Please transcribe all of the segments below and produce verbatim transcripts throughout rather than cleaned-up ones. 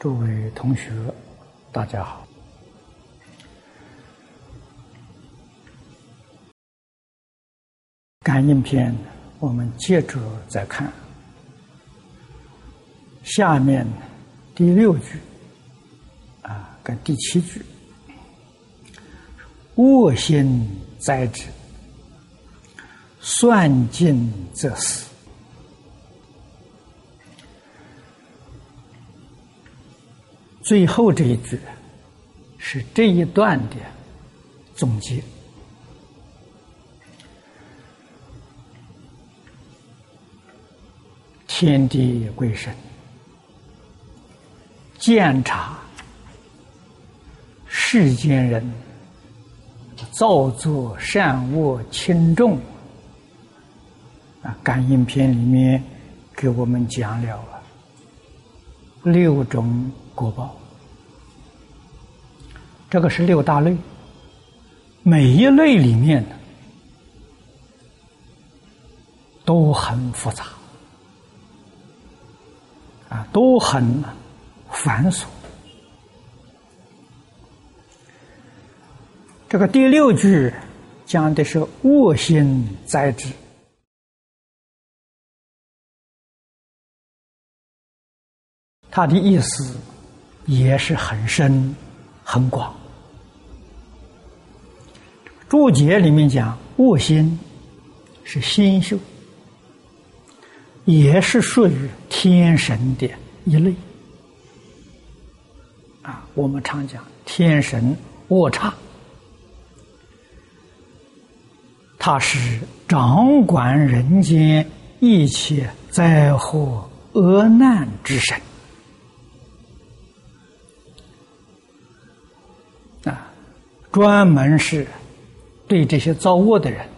诸位同学，大家好。感应篇，我们接着再看下面第六句啊，跟第七句。恶心哉之，算尽则死。最后这一句是这一段的总结。天地鬼神鉴察世间人造作善恶轻重啊，感应篇里面给我们讲了啊六种果报，这个是六大类，每一类里面呢都很复杂啊，都很繁琐。这个第六句讲的是恶心哉之，它的意思也是很深很广。注解里面讲恶心是星宿，也是属于天神的一类啊。我们常讲天神恶煞，他是掌管人间一切灾祸恶难之神啊，专门是对这些造恶的人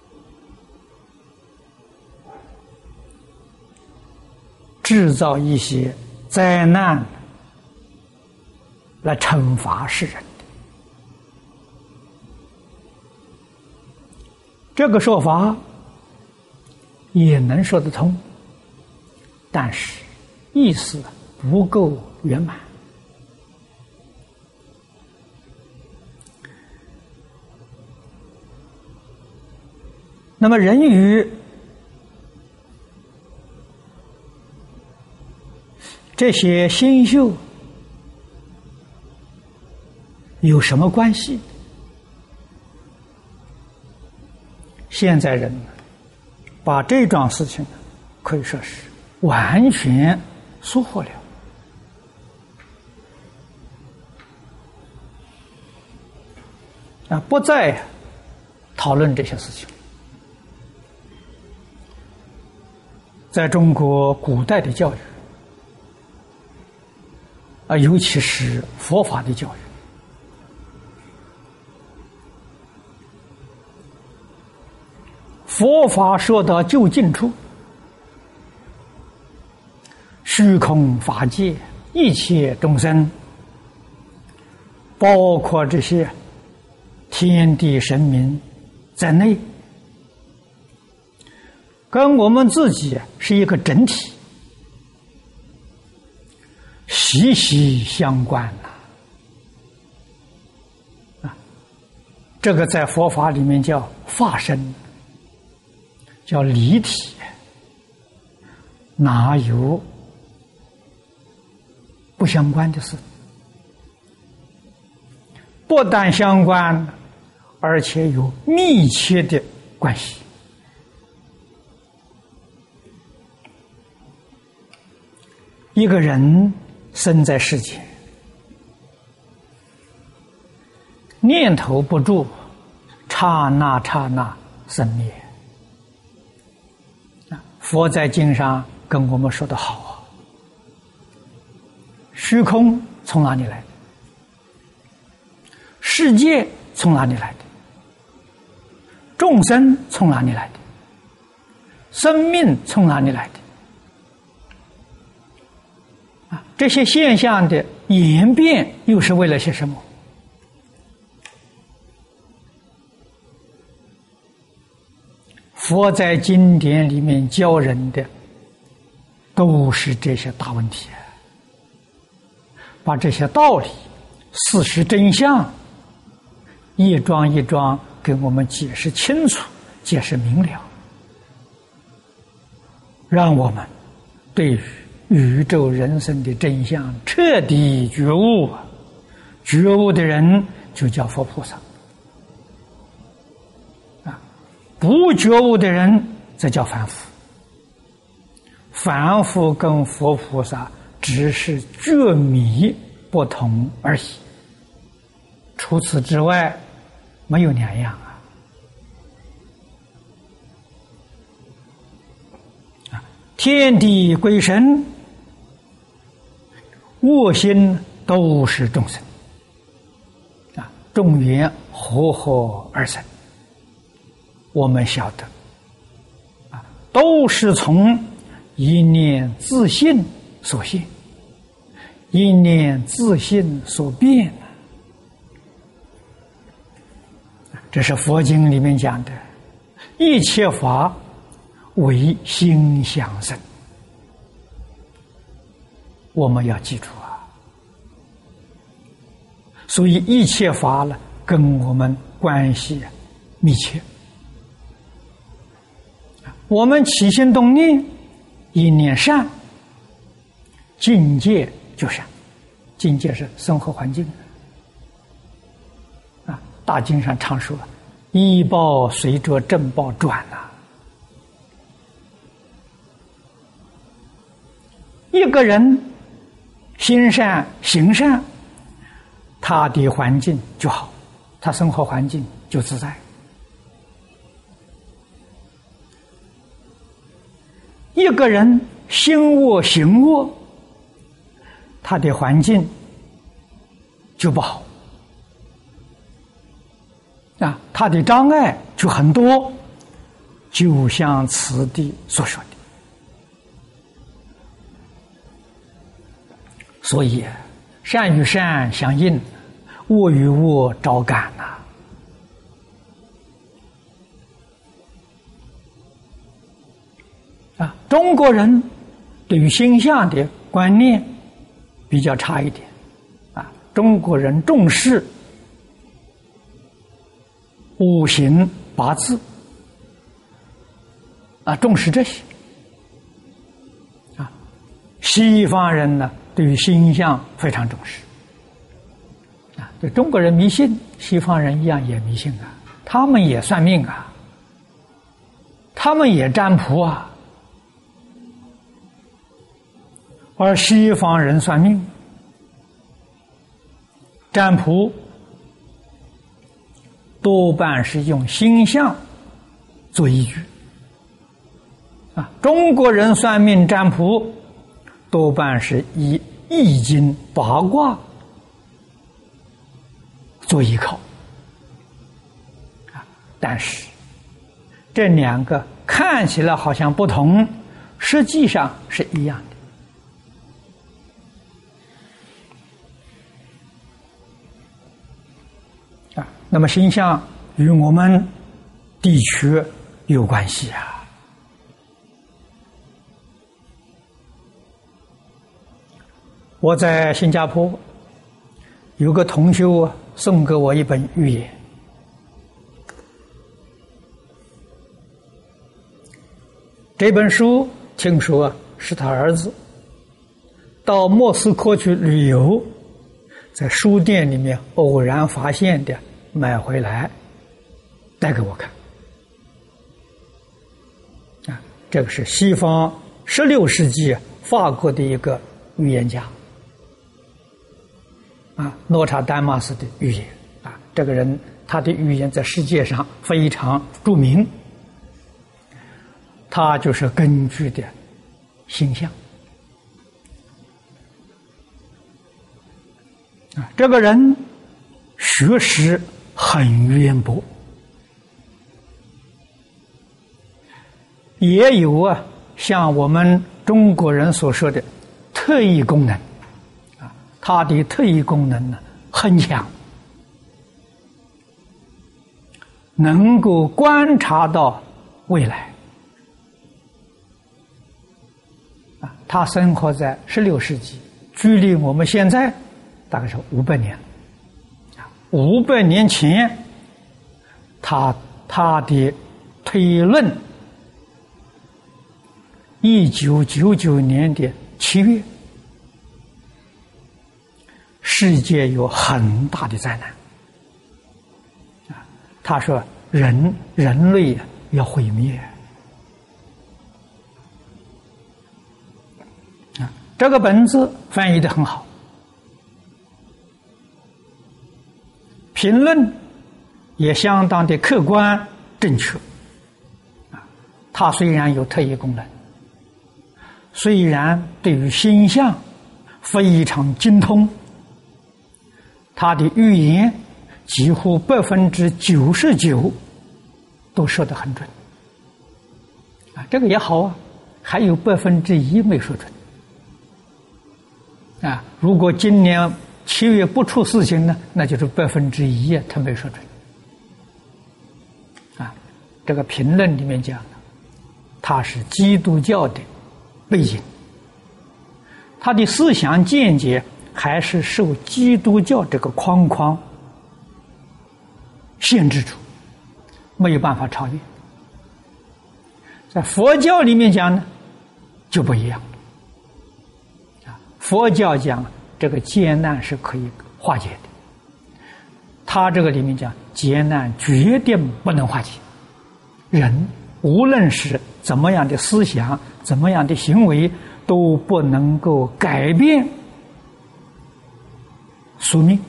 制造一些灾难来惩罚世人的。这个说法也能说得通，但是意思不够圆满。那么人与这些星宿有什么关系？现在人把这桩事情可以说是完全疏忽了啊，不再讨论这些事情。在中国古代的教育啊，尤其是佛法的教育，佛法说到究竟处，虚空法界一切众生，包括这些天地神明在内，跟我们自己是一个整体，息息相关呐、啊！这个在佛法里面叫法身，叫离体，哪有不相关的事？不但相关，而且有密切的关系。一个人生在世间，念头不住，刹那刹那生灭。佛在经上跟我们说的好啊，虚空从哪里来的？世界从哪里来的？众生从哪里来的？生命从哪里来的？啊，这些现象的演变又是为了些什么？佛在经典里面教人的都是这些大问题， 把这些道理、事实真相一桩一桩给我们解释清楚、解释明了，让我们对于宇宙人生的真相彻底觉悟啊！觉悟的人就叫佛菩萨啊，不觉悟的人则叫凡夫。凡夫跟佛菩萨只是觉迷不同而已，除此之外没有两样啊！天地鬼神，我心都是众生啊，众缘和合而生。我们晓得啊，都是从一念自信所现，一念自信所变的。这是佛经里面讲的，一切法唯心想生。我们要记住啊，所以一切法呢，跟我们关系密切。我们起心动念，一念善，境界就善。境界是生活环境啊，大经上常说，依报随着正报转呐、啊。一个人心善行善，他的环境就好，他生活环境就自在。一个人心恶行恶，他的环境就不好啊，他的障碍就很多，就像此地所说的。所以善与善相应，恶与恶招感呐、啊。啊，中国人对于星象的观念比较差一点啊，中国人重视五行八字啊，重视这些啊。西方人呢，对于星象非常重视啊。对中国人迷信，西方人一样也迷信啊，他们也算命啊，他们也占卜啊。而西方人算命、占卜，多半是用星象做依据啊。中国人算命占卜，多半是以易经八卦做依靠啊。但是这两个看起来好像不同，实际上是一样的。那么星象与我们地区有关系啊。我在新加坡有个同修啊，送给我一本寓言，这本书听说是他儿子到莫斯科去旅游，在书店里面偶然发现的，买回来带给我看啊。这个是西方十六世纪法国的一个预言家啊，诺查丹马斯的预言啊。这个人他的预言在世界上非常著名，他就是根据的星象啊。这个人学识很渊博，也有啊像我们中国人所说的特异功能啊，他的特异功能呢很强，能够观察到未来啊。他生活在十六世纪，距离我们现在大概是五百年。五百年前，他他的推论，一九九九年的七月，世界有很大的灾难。啊，他说人人类要毁灭。啊，这个本子翻译得很好。评论也相当的客观正确，啊，它虽然有特异功能，虽然对于星象非常精通，它的预言几乎百分之九十九都说得很准，啊，这个也好啊，还有百分之一没说准，啊，如果今年七月不出事情呢，那就是百分之一啊，他没说准。啊，这个评论里面讲的，他是基督教的背景，他的思想见解还是受基督教这个框框限制住，没有办法超越。在佛教里面讲呢，就不一样。啊，佛教讲这个劫难是可以化解的，他这个里面讲劫难决定不能化解，人无论是怎么样的思想，怎么样的行为，都不能够改变宿命。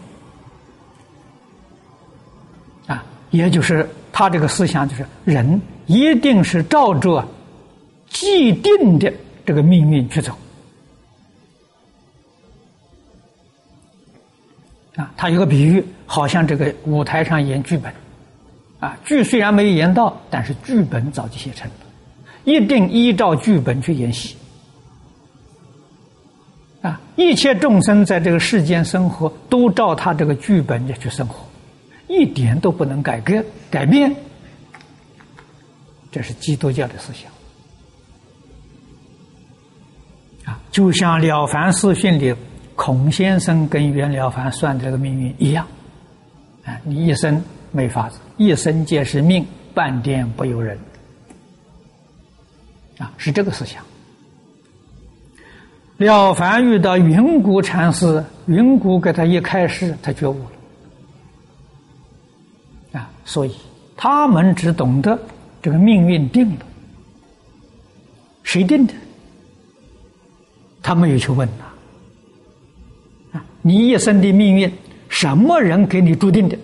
啊，也就是他这个思想就是人一定是照着既定的这个命运去走。啊，他有个比喻，好像这个舞台上演剧本，啊，剧虽然没有演到，但是剧本早就写成了，一定依照剧本去演戏。啊，一切众生在这个世间生活，都照他这个剧本去生活，一点都不能改革改变。这是基督教的思想。啊，就像《了凡四训》里孔先生跟袁了凡算的这个命运一样，啊，你一生没法子，一生皆是命，半点不由人，啊，是这个思想。了凡遇到云谷禅师，云谷给他一开示，他觉悟了，啊，所以他们只懂得这个命运定了，谁定的？他没有去问呐。你一生的命运，什么人给你注定的？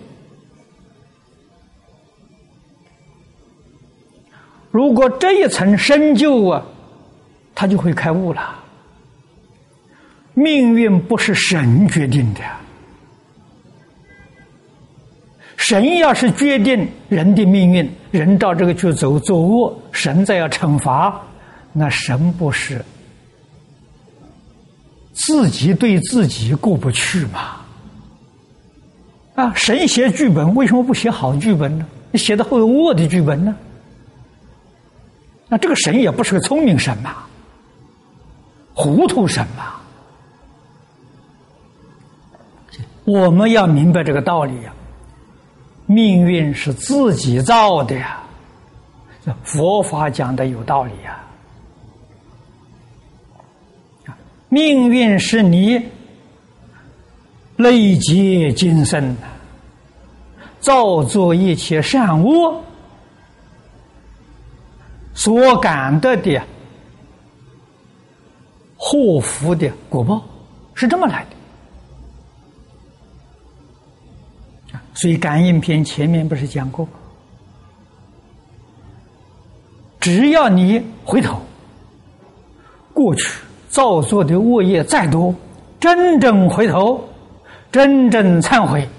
如果这一层深究啊，他就会开悟了。命运不是神决定的，神要是决定人的命运，人照这个去走作恶，神再要惩罚，那神不是自己对自己过不去嘛？啊，神写剧本为什么不写好剧本呢？你写的会有恶的剧本呢？那这个神也不是个聪明神嘛，糊涂神嘛。我们要明白这个道理呀，命运是自己造的呀，佛法讲的有道理呀。命运是你累劫今生造作一切善恶所感得的祸福的果报，是这么来的。所以感应篇前面不是讲过，只要你回头，过去造作的恶业再多，真正回头，真正忏悔，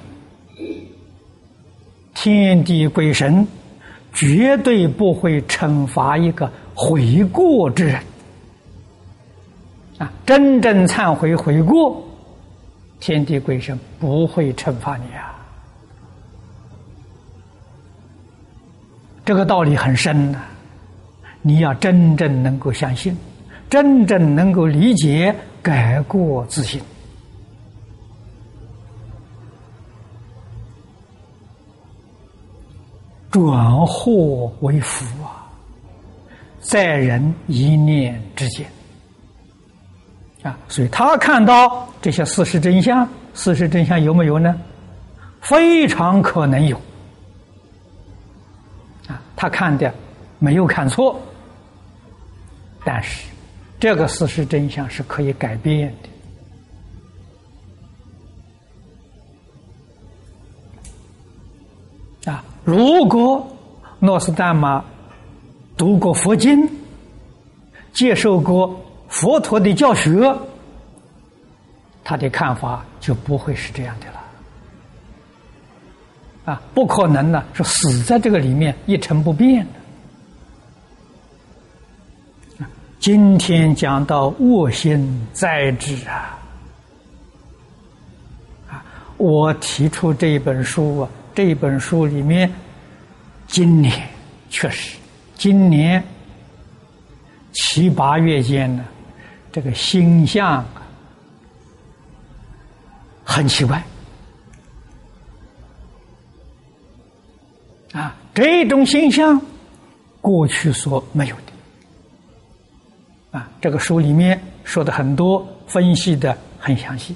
天地鬼神绝对不会惩罚一个悔过之人啊！真正忏悔悔过，天地鬼神不会惩罚你啊！这个道理很深的，你要真正能够相信，真正能够理解，改过自新转祸为福啊，在人一念之间啊，所以他看到这些事实真相，事实真相有没有呢？非常可能有啊，他看的没有看错，但是这个事实真相是可以改变的啊。如果诺斯丹玛读过佛经，接受过佛陀的教学，他的看法就不会是这样的了啊，不可能呢，是死在这个里面一成不变的。今天讲到卧心在志啊，啊，我提出这一本书啊，这一本书里面，今年确实，今年七八月间呢，这个星象啊很奇怪啊，这种星象过去所没有的。啊，这个书里面说的很多，分析的很详细。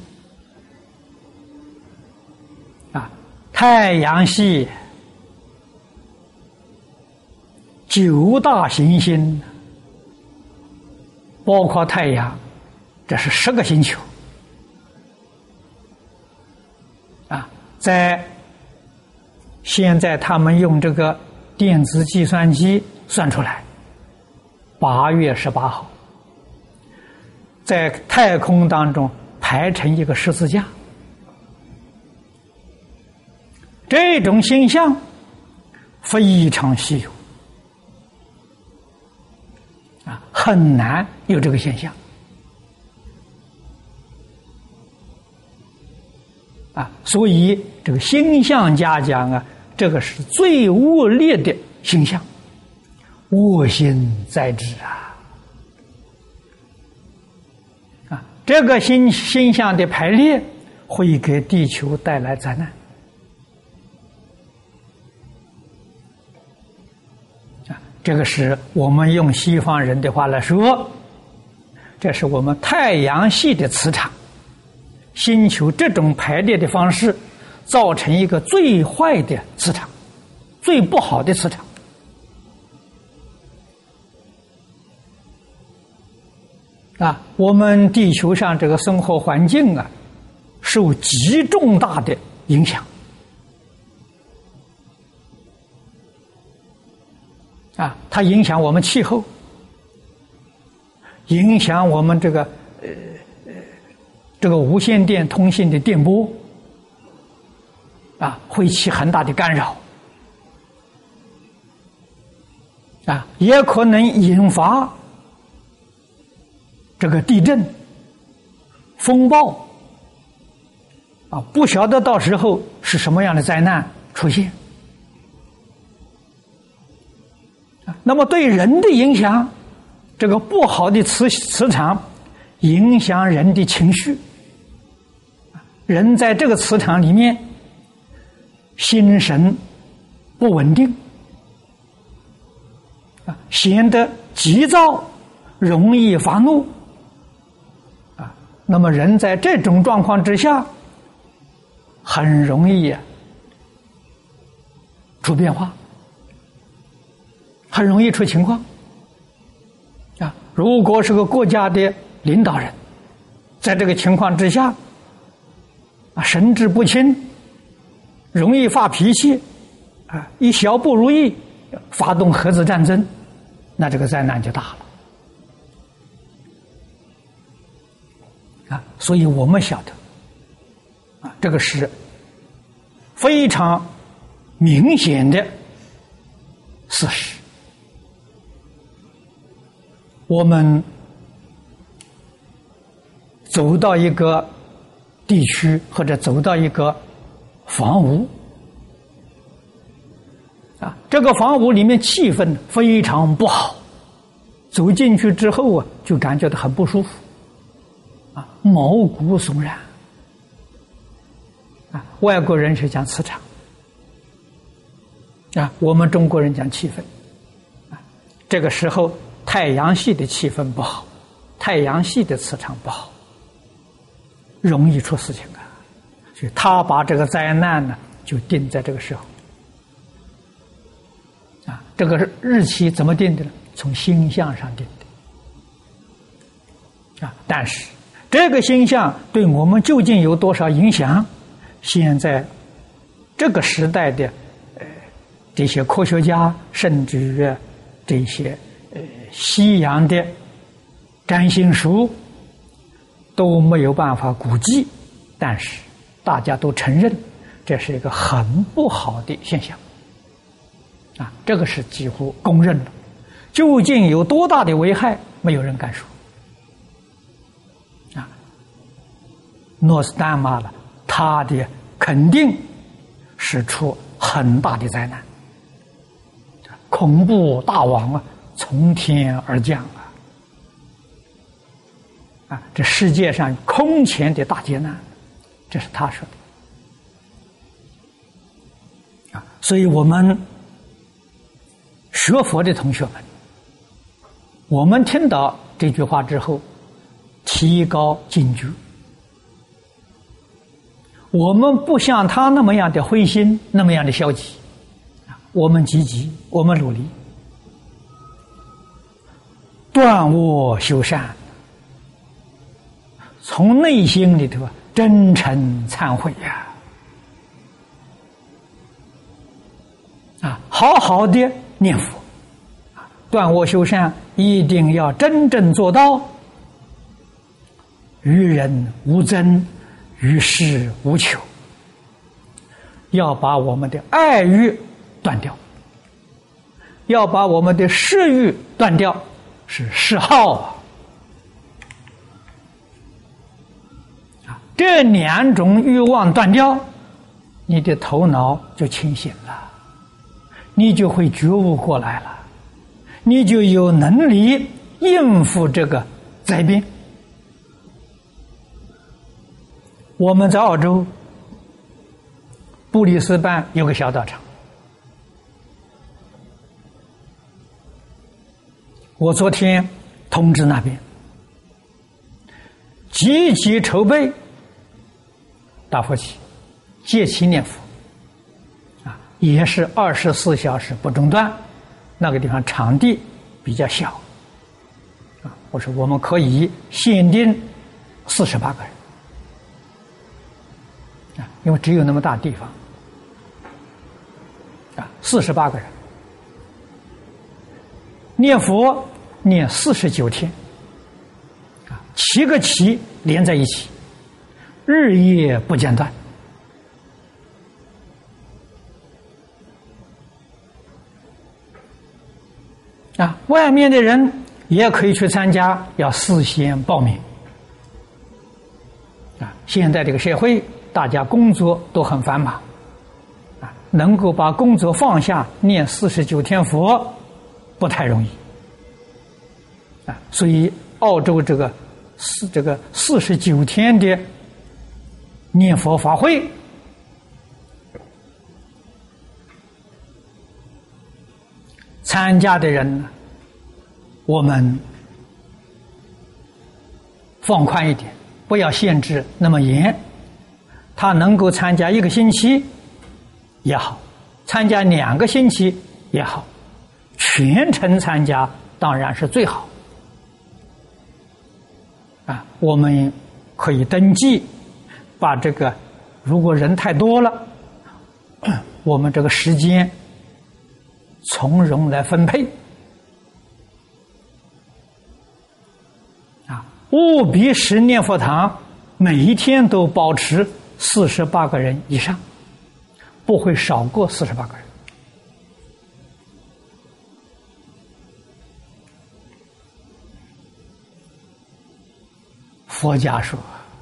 啊，太阳系九大行星，包括太阳，这是十个星球。啊，在现在他们用这个电子计算机算出来，八月十八号。在太空当中排成一个十字架，这种现象非常稀有啊，很难有这个现象啊，所以这个星象家讲啊，这个是最恶劣的星象，卧心在志啊。这个星星象的排列会给地球带来灾难啊！这个是我们用西方人的话来说，这是我们太阳系的磁场，星球这种排列的方式，造成一个最坏的磁场，最不好的磁场。啊，我们地球上这个生活环境啊，受极重大的影响。啊，它影响我们气候，影响我们这个呃呃这个无线电通信的电波，啊，会起很大的干扰。啊，也可能引发这个地震、风暴，啊，不晓得到时候是什么样的灾难出现。那么对人的影响，这个不好的磁磁场影响人的情绪，人在这个磁场里面，心神不稳定，啊，显得急躁，容易发怒。那么人在这种状况之下，很容易啊出变化，很容易出情况啊。如果是个国家的领导人，在这个情况之下啊，神志不清，容易发脾气啊，一小不如意发动核子战争，那这个灾难就大了。啊，所以我们晓得，啊，这个是非常明显的事实。我们走到一个地区或者走到一个房屋，啊，这个房屋里面气氛非常不好，走进去之后啊，就感觉到很不舒服。啊，毛骨悚然啊！外国人是讲磁场啊，我们中国人讲气氛，啊，这个时候太阳系的气氛不好，太阳系的磁场不好，容易出事情啊。所以他把这个灾难呢，就定在这个时候。啊，这个日期怎么定的呢？从星象上定的。啊，但是这个星象对我们究竟有多少影响？现在这个时代的呃这些科学家，甚至于这些呃西洋的占星术都没有办法估计，但是大家都承认这是一个很不好的现象啊，这个是几乎公认了。究竟有多大的危害，没有人敢说啊。诺斯丹玛了，他的肯定是出很大的灾难，恐怖大王啊从天而降啊！啊，这世界上空前的大劫难，这是他说的啊。所以我们学佛的同学们，我们听到这句话之后，提高警觉。我们不像他那么样的灰心，那么样的消极，我们积极，我们努力，断恶修善，从内心里头真诚忏悔呀，啊，好好的念佛，断恶修善一定要真正做到，于人无争，于事无求，要把我们的爱欲断掉，要把我们的嗜欲断掉，是嗜好啊！啊，这两种欲望断掉，你的头脑就清醒了，你就会觉悟过来了，你就有能力应付这个灾变。我们在澳洲布里斯班有个小道场，我昨天通知那边积极筹备打佛七，戒期念佛啊，也是二十四小时不中断。那个地方场地比较小啊，我说我们可以限定四十八个人。啊，因为只有那么大地方，啊，四十八个人念佛念四十九天，啊，七个七连在一起，日夜不间断，啊，外面的人也可以去参加，要事先报名，啊，现在这个社会。大家工作都很繁忙，啊，能够把工作放下念四十九天佛不太容易，啊，所以澳洲这个四这个四十九天的念佛法会，参加的人我们放宽一点，不要限制那么严。他能够参加一个星期也好，参加两个星期也好，全程参加当然是最好。啊，我们可以登记，把这个如果人太多了，我们这个时间从容来分配。啊，务必使念佛堂每一天都保持四十八个人以上，不会少过四十八个人。佛家说，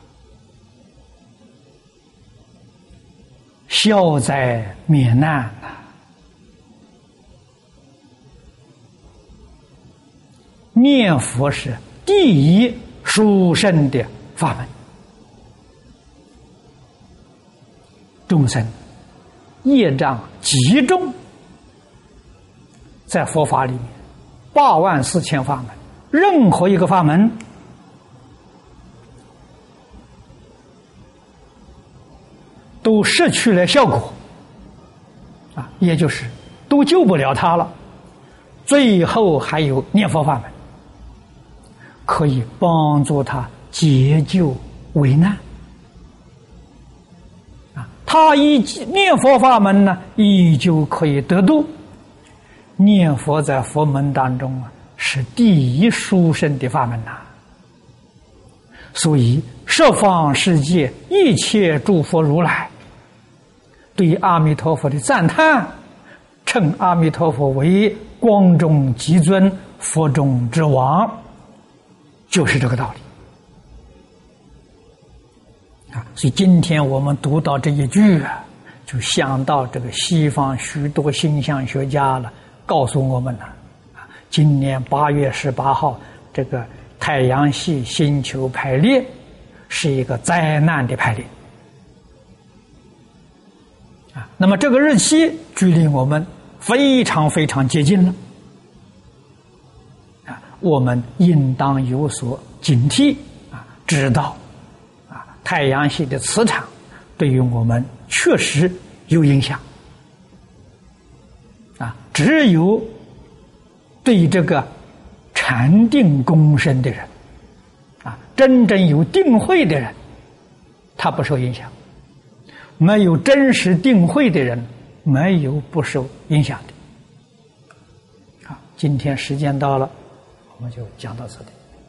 消灾免难啊，念佛是第一殊胜的法门。众生业障极重， 在佛法里面，八万四千法门，任何一个法门都失去了效果啊，也就是都救不了他了。最后还有念佛法门，可以帮助他解救危难啊。他一念佛法门呢，依旧可以得度。念佛在佛门当中啊，是第一殊胜的法门呐、啊。所以十方世界一切诸佛如来对阿弥陀佛的赞叹，称阿弥陀佛为光中极尊，佛中之王，就是这个道理啊。所以今天我们读到这一句啊，就想到这个西方许多星象学家了，告诉我们了啊，今年八月十八号这个太阳系星球排列是一个灾难的排列啊。那么这个日期距离我们非常非常接近了啊，我们应当有所警惕啊，知道啊，太阳系的磁场对于我们确实有影响啊。只有对这个禅定功深的人啊，真正有定慧的人，他不受影响；没有真实定慧的人，没有不受影响的。好，今天时间到了，我们就讲到这里。